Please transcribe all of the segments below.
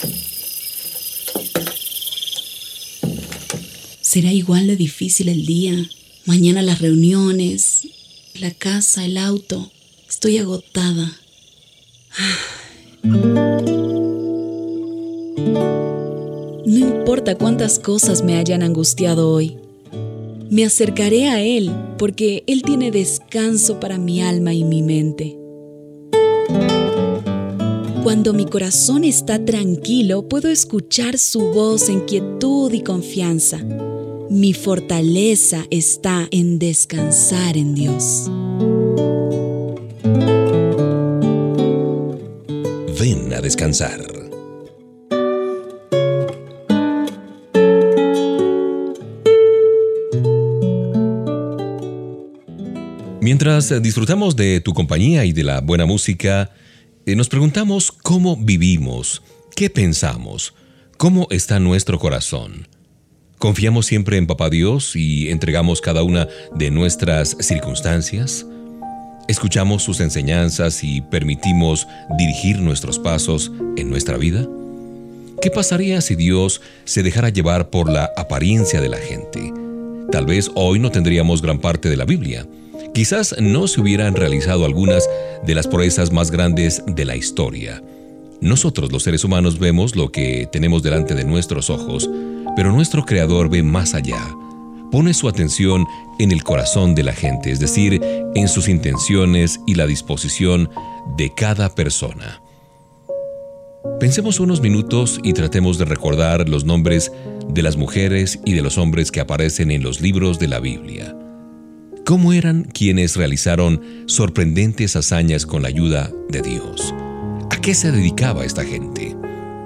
Será igual de difícil el día. Mañana las reuniones, la casa, el auto. Estoy agotada. No importa cuántas cosas me hayan angustiado hoy. Me acercaré a Él porque Él tiene descanso para mi alma y mi mente. Cuando mi corazón está tranquilo, puedo escuchar su voz en quietud y confianza. Mi fortaleza está en descansar en Dios. Ven a descansar. Mientras disfrutamos de tu compañía y de la buena música, nos preguntamos cómo vivimos, qué pensamos, cómo está nuestro corazón. ¿Confiamos siempre en Papá Dios y entregamos cada una de nuestras circunstancias? ¿Escuchamos sus enseñanzas y permitimos dirigir nuestros pasos en nuestra vida? ¿Qué pasaría si Dios se dejara llevar por la apariencia de la gente? Tal vez hoy no tendríamos gran parte de la Biblia. Quizás no se hubieran realizado algunas de las proezas más grandes de la historia. Nosotros, los seres humanos, vemos lo que tenemos delante de nuestros ojos, pero nuestro Creador ve más allá. Pone su atención en el corazón de la gente, es decir, en sus intenciones y la disposición de cada persona. Pensemos unos minutos y tratemos de recordar los nombres de las mujeres y de los hombres que aparecen en los libros de la Biblia. ¿Cómo eran quienes realizaron sorprendentes hazañas con la ayuda de Dios? ¿A qué se dedicaba esta gente?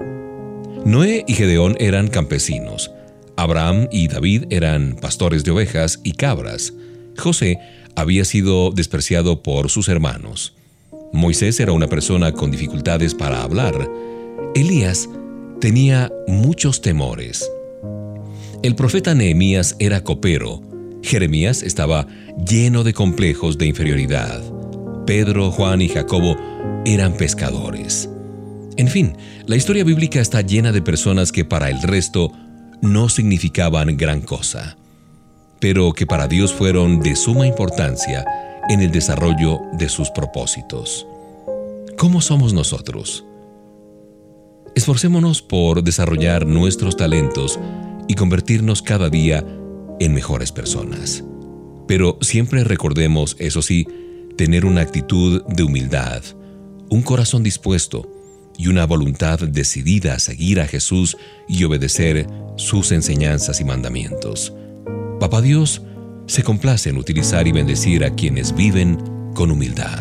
Noé y Gedeón eran campesinos. Abraham y David eran pastores de ovejas y cabras. José había sido despreciado por sus hermanos. Moisés era una persona con dificultades para hablar. Elías tenía muchos temores. El profeta Nehemías era copero. Jeremías estaba lleno de complejos de inferioridad. Pedro, Juan y Jacobo eran pescadores. En fin, la historia bíblica está llena de personas que para el resto no significaban gran cosa, pero que para Dios fueron de suma importancia en el desarrollo de sus propósitos. ¿Cómo somos nosotros? Esforcémonos por desarrollar nuestros talentos y convertirnos cada día en mejores personas. Pero siempre recordemos, eso sí, tener una actitud de humildad, un corazón dispuesto y una voluntad decidida a seguir a Jesús y obedecer sus enseñanzas y mandamientos. Papá Dios se complace en utilizar y bendecir a quienes viven con humildad.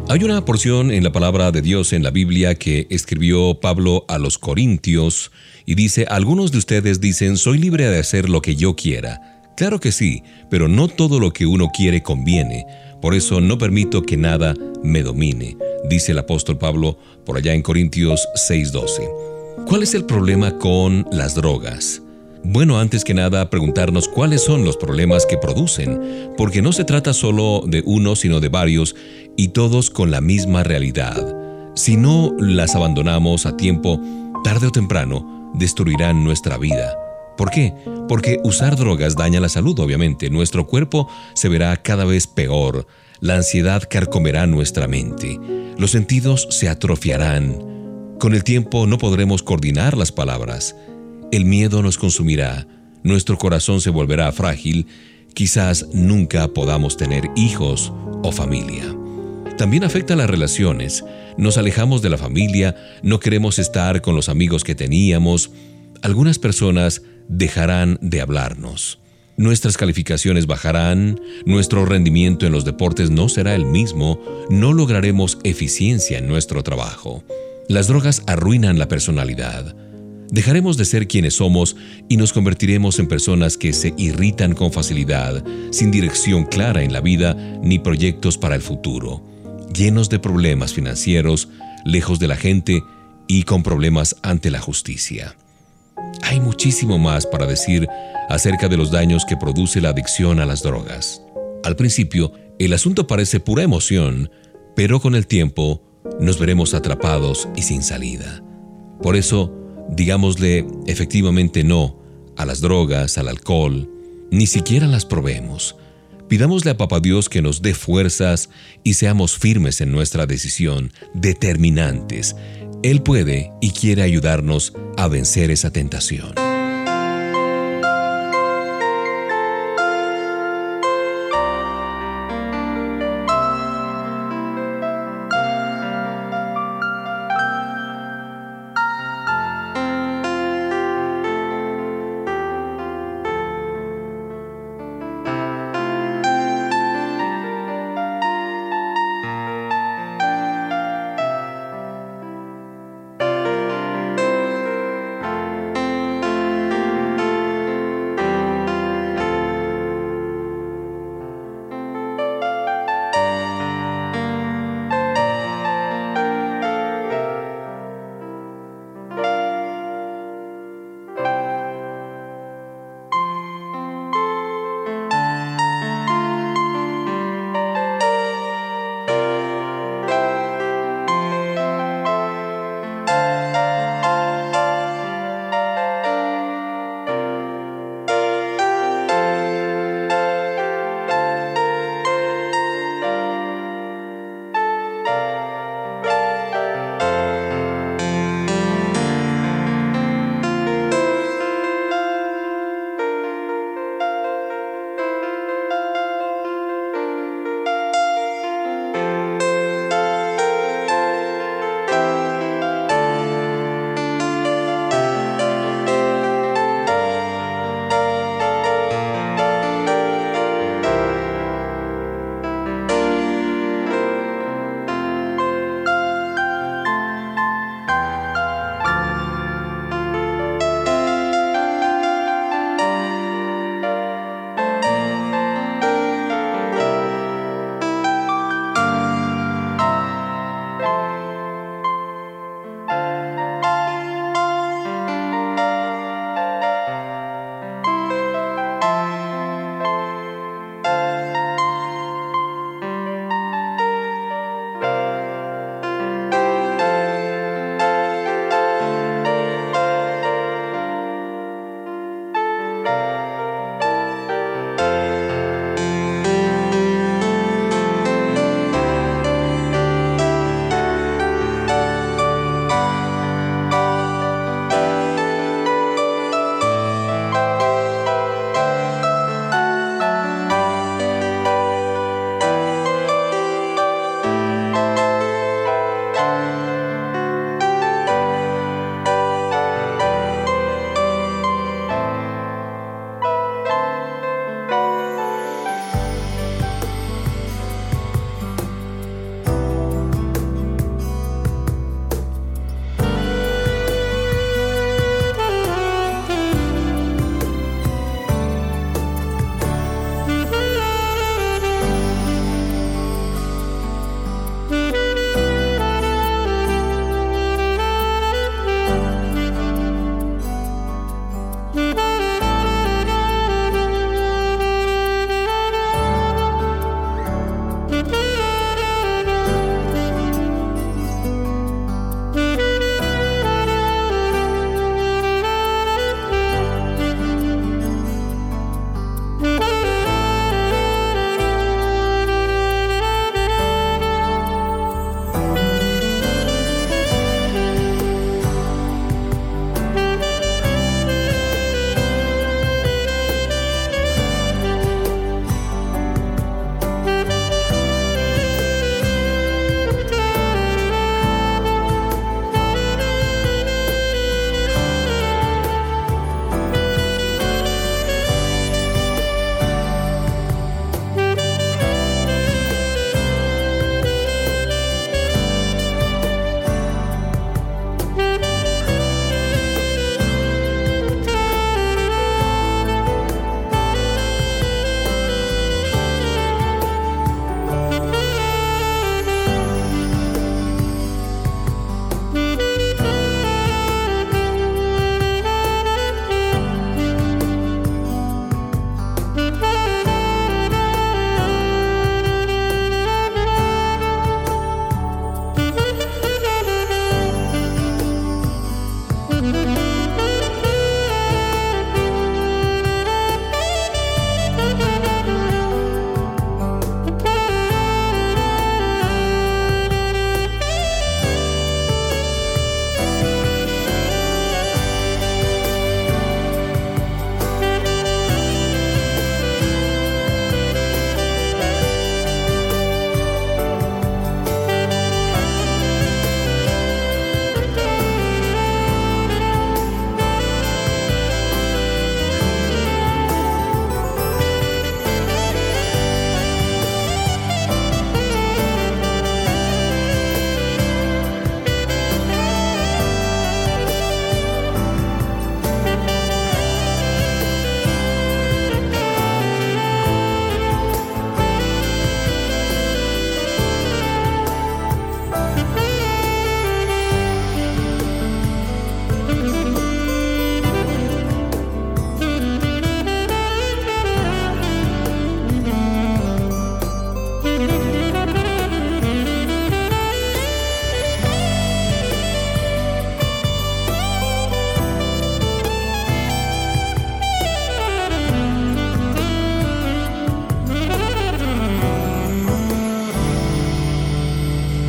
Hay una porción en la palabra de Dios en la Biblia que escribió Pablo a los Corintios y dice: algunos de ustedes dicen, soy libre de hacer lo que yo quiera. Claro que sí, pero no todo lo que uno quiere conviene. Por eso no permito que nada me domine, dice el apóstol Pablo por allá en Corintios 6:12. ¿Cuál es el problema con las drogas? Bueno, antes que nada, preguntarnos cuáles son los problemas que producen, porque no se trata solo de uno, sino de varios, y todos con la misma realidad. Si no las abandonamos a tiempo, tarde o temprano, destruirán nuestra vida. ¿Por qué? Porque usar drogas daña la salud, obviamente. Nuestro cuerpo se verá cada vez peor. La ansiedad carcomerá nuestra mente. Los sentidos se atrofiarán. Con el tiempo no podremos coordinar las palabras. El miedo nos consumirá. Nuestro corazón se volverá frágil. Quizás nunca podamos tener hijos o familia. También afecta las relaciones. Nos alejamos de la familia, no queremos estar con los amigos que teníamos. Algunas personas dejarán de hablarnos. Nuestras calificaciones bajarán, nuestro rendimiento en los deportes no será el mismo, no lograremos eficiencia en nuestro trabajo. Las drogas arruinan la personalidad. Dejaremos de ser quienes somos y nos convertiremos en personas que se irritan con facilidad, sin dirección clara en la vida ni proyectos para el futuro, llenos de problemas financieros, lejos de la gente y con problemas ante la justicia. Hay muchísimo más para decir acerca de los daños que produce la adicción a las drogas. Al principio, el asunto parece pura emoción, pero con el tiempo nos veremos atrapados y sin salida. Por eso, digámosle efectivamente no a las drogas, al alcohol, ni siquiera las probemos. Pidámosle a Papá Dios que nos dé fuerzas y seamos firmes en nuestra decisión, determinantes. Él puede y quiere ayudarnos a vencer esa tentación.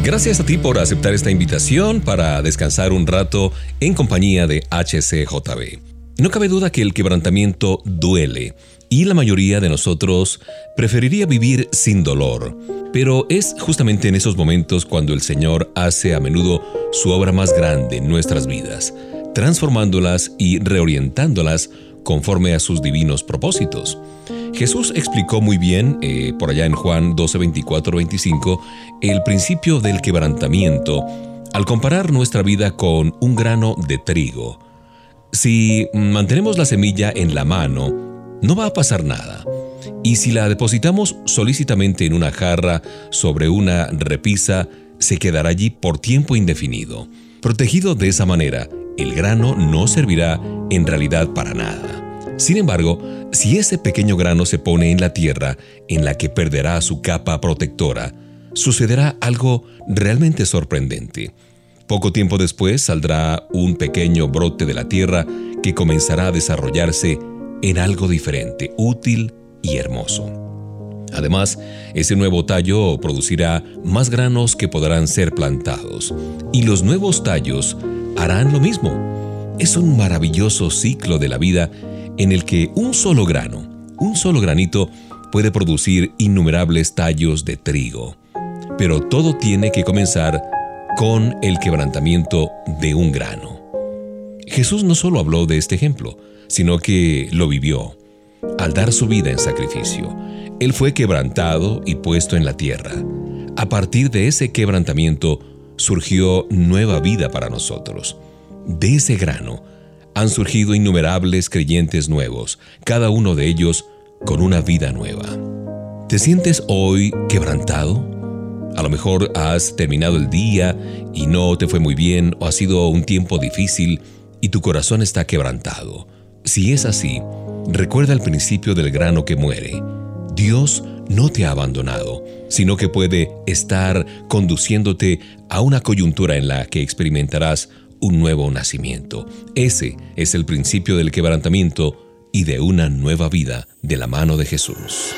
Gracias a ti por aceptar esta invitación para descansar un rato en compañía de HCJB. No cabe duda que el quebrantamiento duele y la mayoría de nosotros preferiría vivir sin dolor. Pero es justamente en esos momentos cuando el Señor hace a menudo su obra más grande en nuestras vidas, transformándolas y reorientándolas conforme a sus divinos propósitos. Jesús explicó muy bien, por allá en Juan 12, 24, 25, el principio del quebrantamiento al comparar nuestra vida con un grano de trigo. Si mantenemos la semilla en la mano, no va a pasar nada. Y si la depositamos solícitamente en una jarra sobre una repisa, se quedará allí por tiempo indefinido. Protegido de esa manera, el grano no servirá en realidad para nada. Sin embargo, si ese pequeño grano se pone en la tierra, en la que perderá su capa protectora, sucederá algo realmente sorprendente. Poco tiempo después saldrá un pequeño brote de la tierra que comenzará a desarrollarse en algo diferente, útil y hermoso. Además, ese nuevo tallo producirá más granos que podrán ser plantados, y los nuevos tallos harán lo mismo. Es un maravilloso ciclo de la vida en el que un solo granito, puede producir innumerables tallos de trigo. Pero todo tiene que comenzar con el quebrantamiento de un grano. Jesús no solo habló de este ejemplo, sino que lo vivió. Al dar su vida en sacrificio, Él fue quebrantado y puesto en la tierra. A partir de ese quebrantamiento surgió nueva vida para nosotros. De ese grano han surgido innumerables creyentes nuevos, cada uno de ellos con una vida nueva. ¿Te sientes hoy quebrantado? A lo mejor has terminado el día y no te fue muy bien, o ha sido un tiempo difícil y tu corazón está quebrantado. Si es así, recuerda el principio del grano que muere. Dios no te ha abandonado, sino que puede estar conduciéndote a una coyuntura en la que experimentarás un nuevo nacimiento. Ese es el principio del quebrantamiento y de una nueva vida de la mano de Jesús.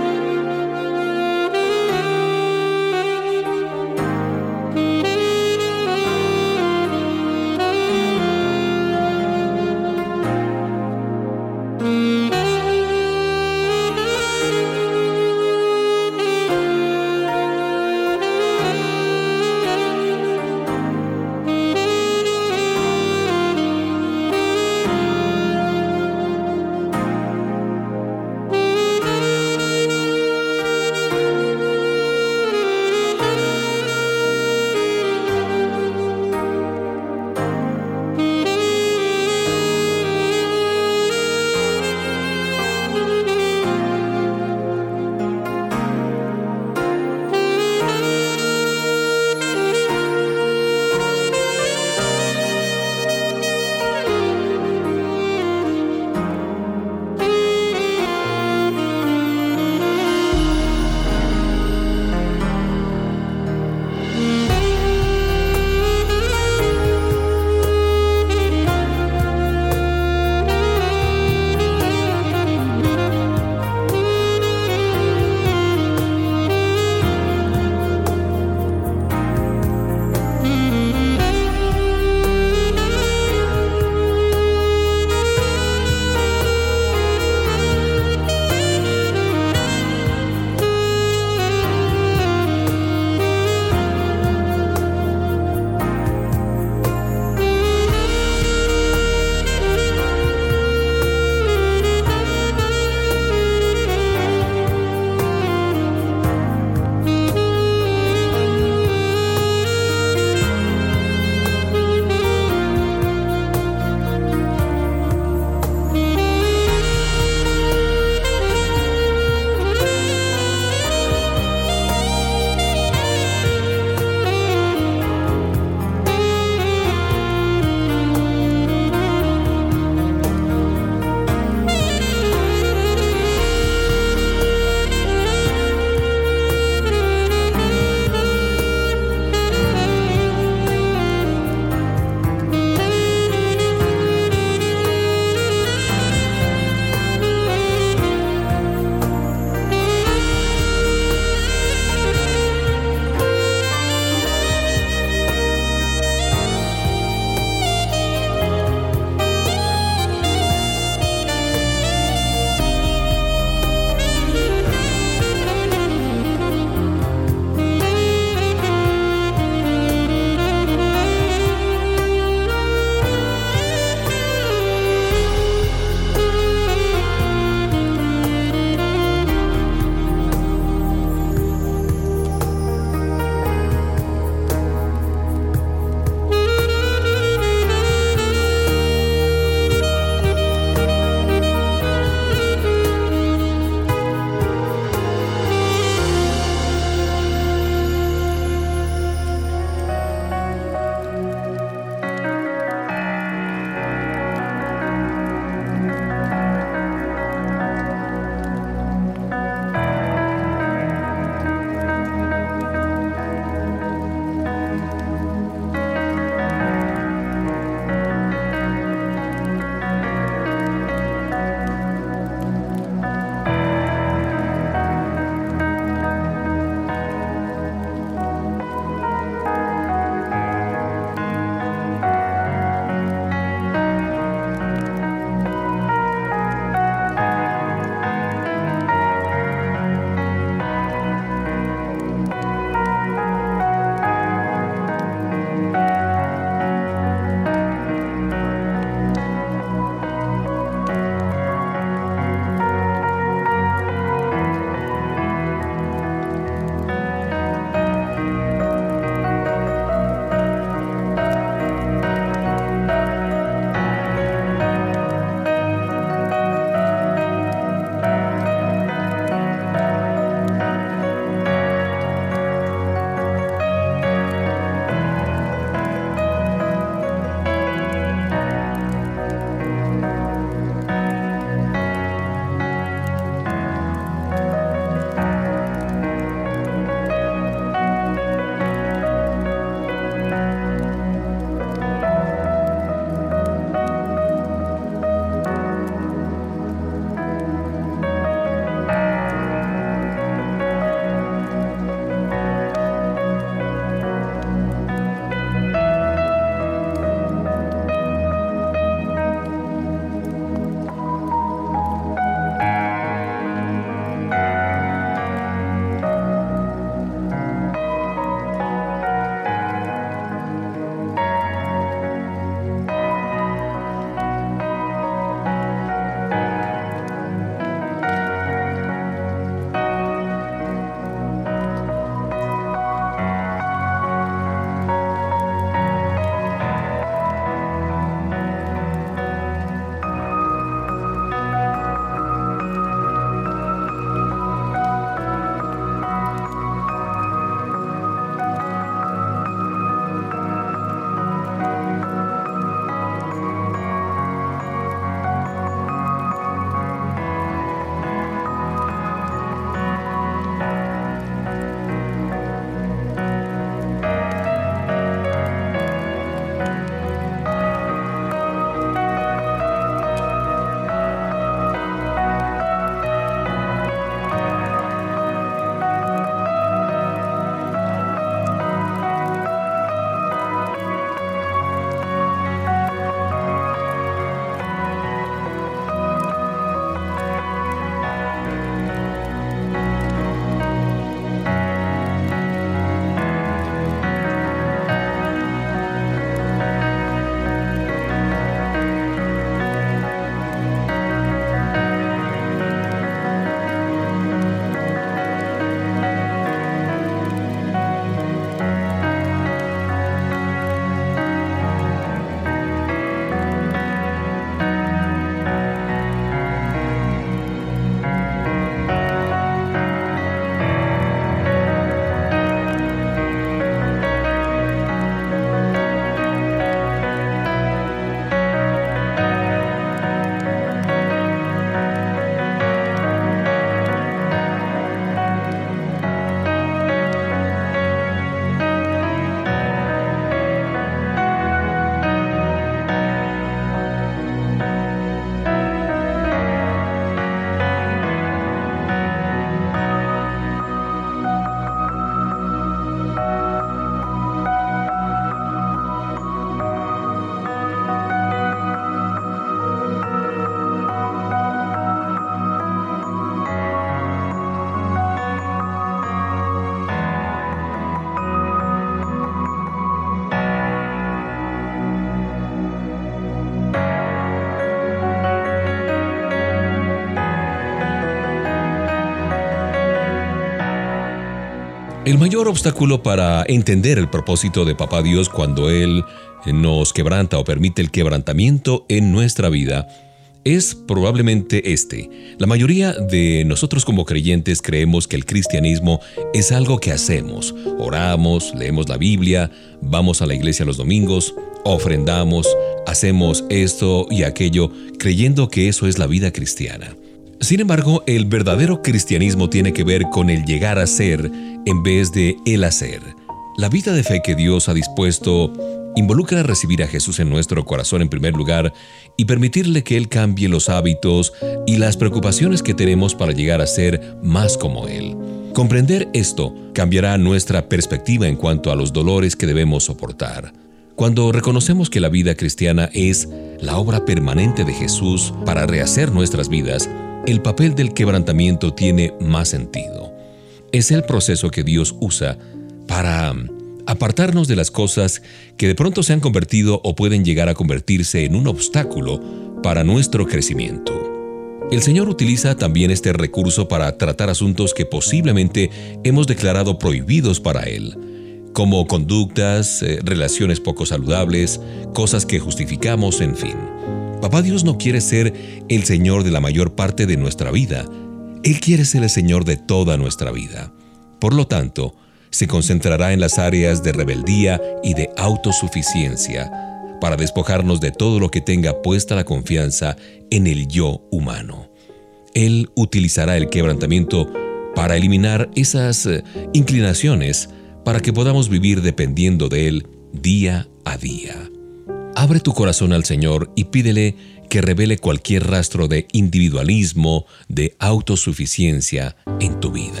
El mayor obstáculo para entender el propósito de Papá Dios cuando Él nos quebranta o permite el quebrantamiento en nuestra vida es probablemente este. La mayoría de nosotros como creyentes creemos que el cristianismo es algo que hacemos. Oramos, leemos la Biblia, vamos a la iglesia los domingos, ofrendamos, hacemos esto y aquello, creyendo que eso es la vida cristiana. Sin embargo, el verdadero cristianismo tiene que ver con el llegar a ser en vez de el hacer. La vida de fe que Dios ha dispuesto involucra recibir a Jesús en nuestro corazón en primer lugar y permitirle que Él cambie los hábitos y las preocupaciones que tenemos para llegar a ser más como Él. Comprender esto cambiará nuestra perspectiva en cuanto a los dolores que debemos soportar. Cuando reconocemos que la vida cristiana es la obra permanente de Jesús para rehacer nuestras vidas, el papel del quebrantamiento tiene más sentido. Es el proceso que Dios usa para apartarnos de las cosas que de pronto se han convertido o pueden llegar a convertirse en un obstáculo para nuestro crecimiento. El Señor utiliza también este recurso para tratar asuntos que posiblemente hemos declarado prohibidos para Él, como conductas, relaciones poco saludables, cosas que justificamos, en fin. Papá Dios no quiere ser el Señor de la mayor parte de nuestra vida. Él quiere ser el Señor de toda nuestra vida. Por lo tanto, se concentrará en las áreas de rebeldía y de autosuficiencia para despojarnos de todo lo que tenga puesta la confianza en el yo humano. Él utilizará el quebrantamiento para eliminar esas inclinaciones para que podamos vivir dependiendo de Él día a día. Abre tu corazón al Señor y pídele que revele cualquier rastro de individualismo, de autosuficiencia en tu vida.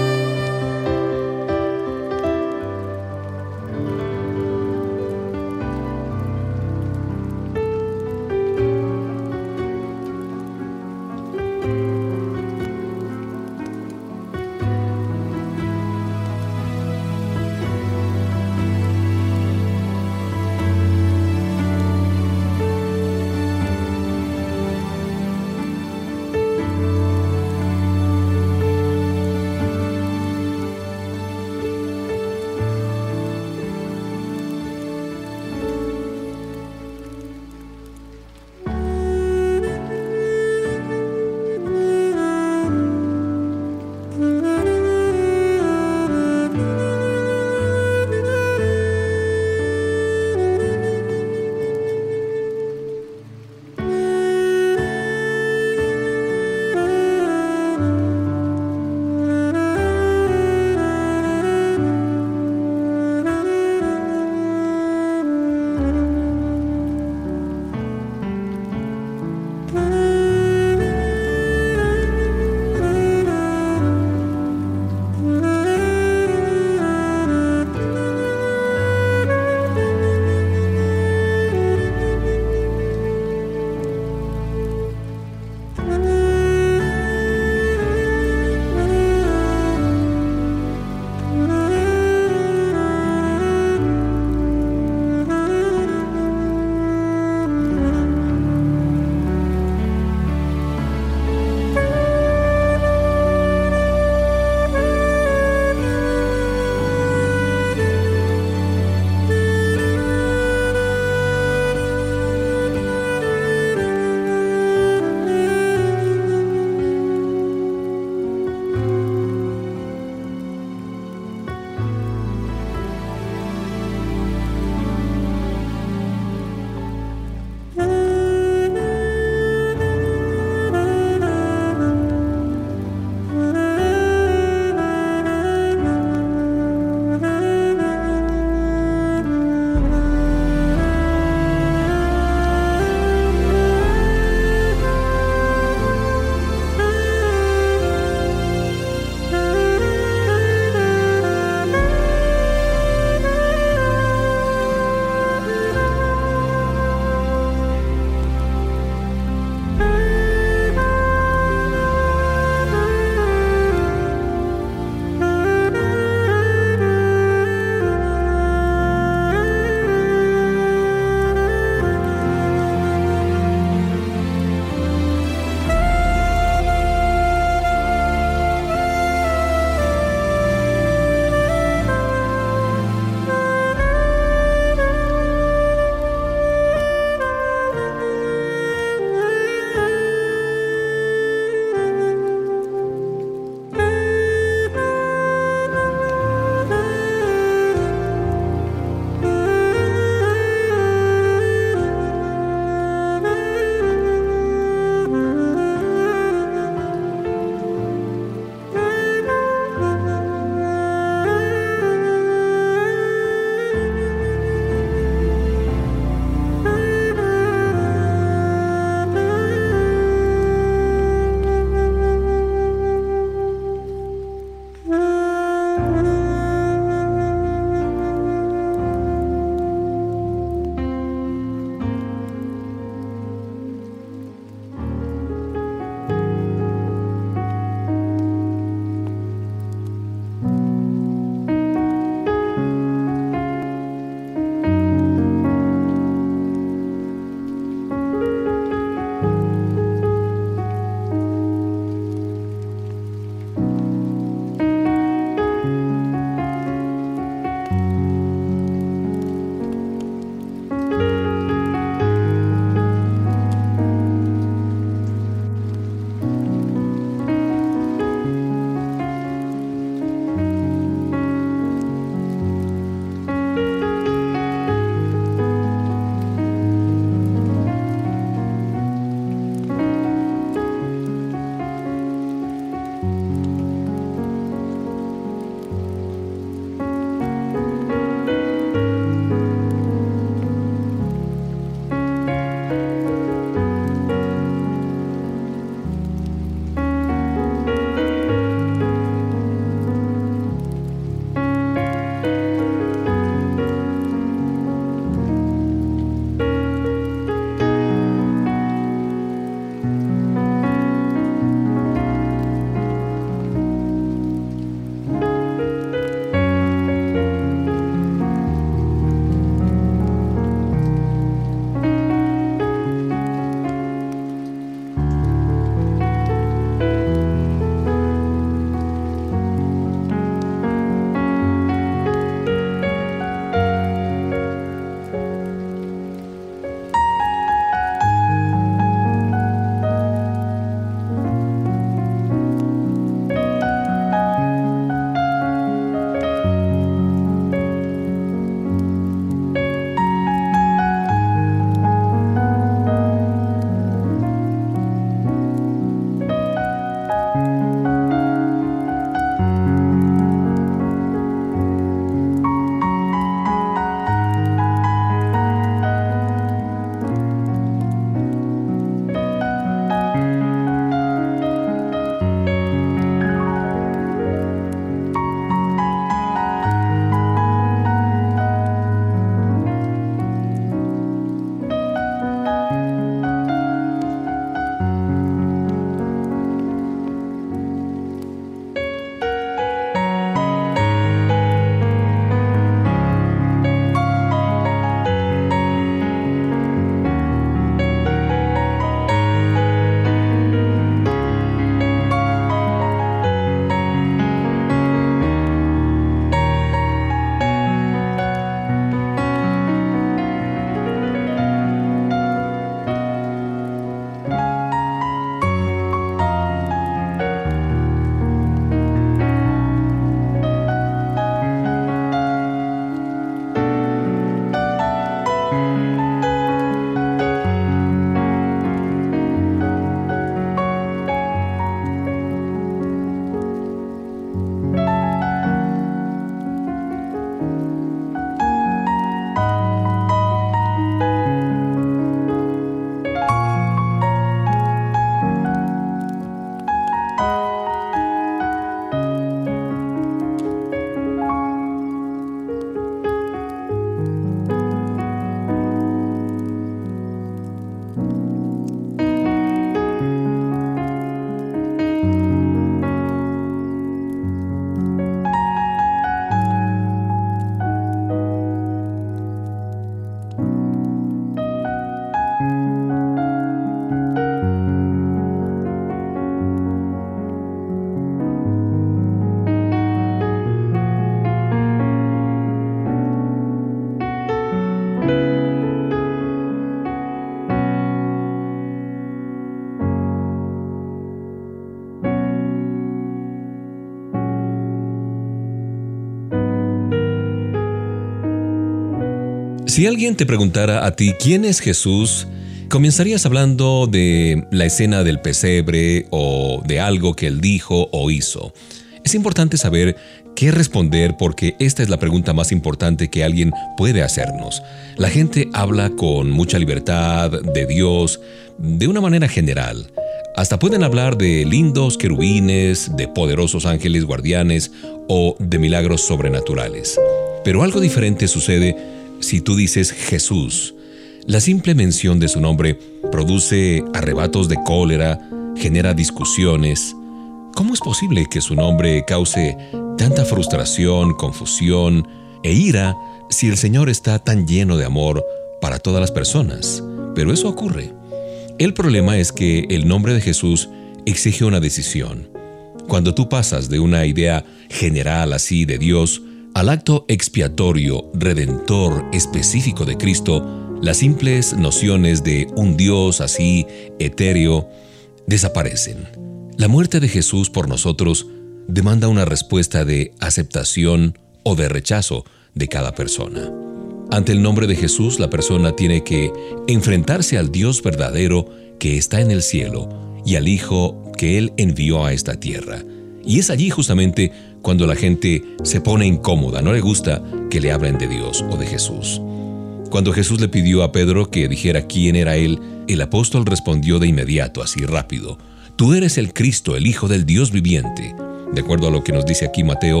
Si alguien te preguntara a ti quién es Jesús, comenzarías hablando de la escena del pesebre o de algo que él dijo o hizo. Es importante saber qué responder porque esta es la pregunta más importante que alguien puede hacernos. La gente habla con mucha libertad de Dios de una manera general. Hasta pueden hablar de lindos querubines, de poderosos ángeles guardianes o de milagros sobrenaturales. Pero algo diferente sucede si tú dices Jesús. La simple mención de su nombre produce arrebatos de cólera, genera discusiones. ¿Cómo es posible que su nombre cause tanta frustración, confusión e ira si el Señor está tan lleno de amor para todas las personas? Pero eso ocurre. El problema es que el nombre de Jesús exige una decisión. Cuando tú pasas de una idea general así de Dios al acto expiatorio, redentor, específico de Cristo, las simples nociones de un Dios así, etéreo, desaparecen. La muerte de Jesús por nosotros demanda una respuesta de aceptación o de rechazo de cada persona. Ante el nombre de Jesús, la persona tiene que enfrentarse al Dios verdadero que está en el cielo y al Hijo que Él envió a esta tierra. Y es allí justamente cuando la gente se pone incómoda, no le gusta que le hablen de Dios o de Jesús. Cuando Jesús le pidió a Pedro que dijera quién era él, el apóstol respondió de inmediato, así rápido: Tú eres el Cristo, el Hijo del Dios viviente. De acuerdo a lo que nos dice aquí Mateo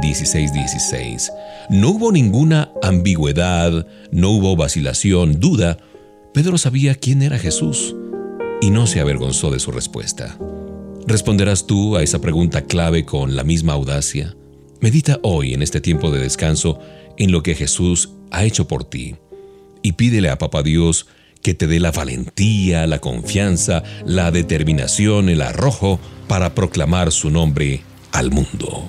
16:16. No hubo ninguna ambigüedad, no hubo vacilación, duda. Pedro sabía quién era Jesús y no se avergonzó de su respuesta. ¿Responderás tú a esa pregunta clave con la misma audacia? Medita hoy en este tiempo de descanso en lo que Jesús ha hecho por ti y pídele a Papá Dios que te dé la valentía, la confianza, la determinación, el arrojo para proclamar su nombre al mundo.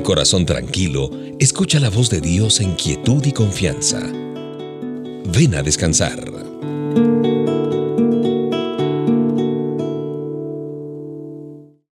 corazón tranquilo, escucha la voz de Dios en quietud y confianza. Ven a descansar.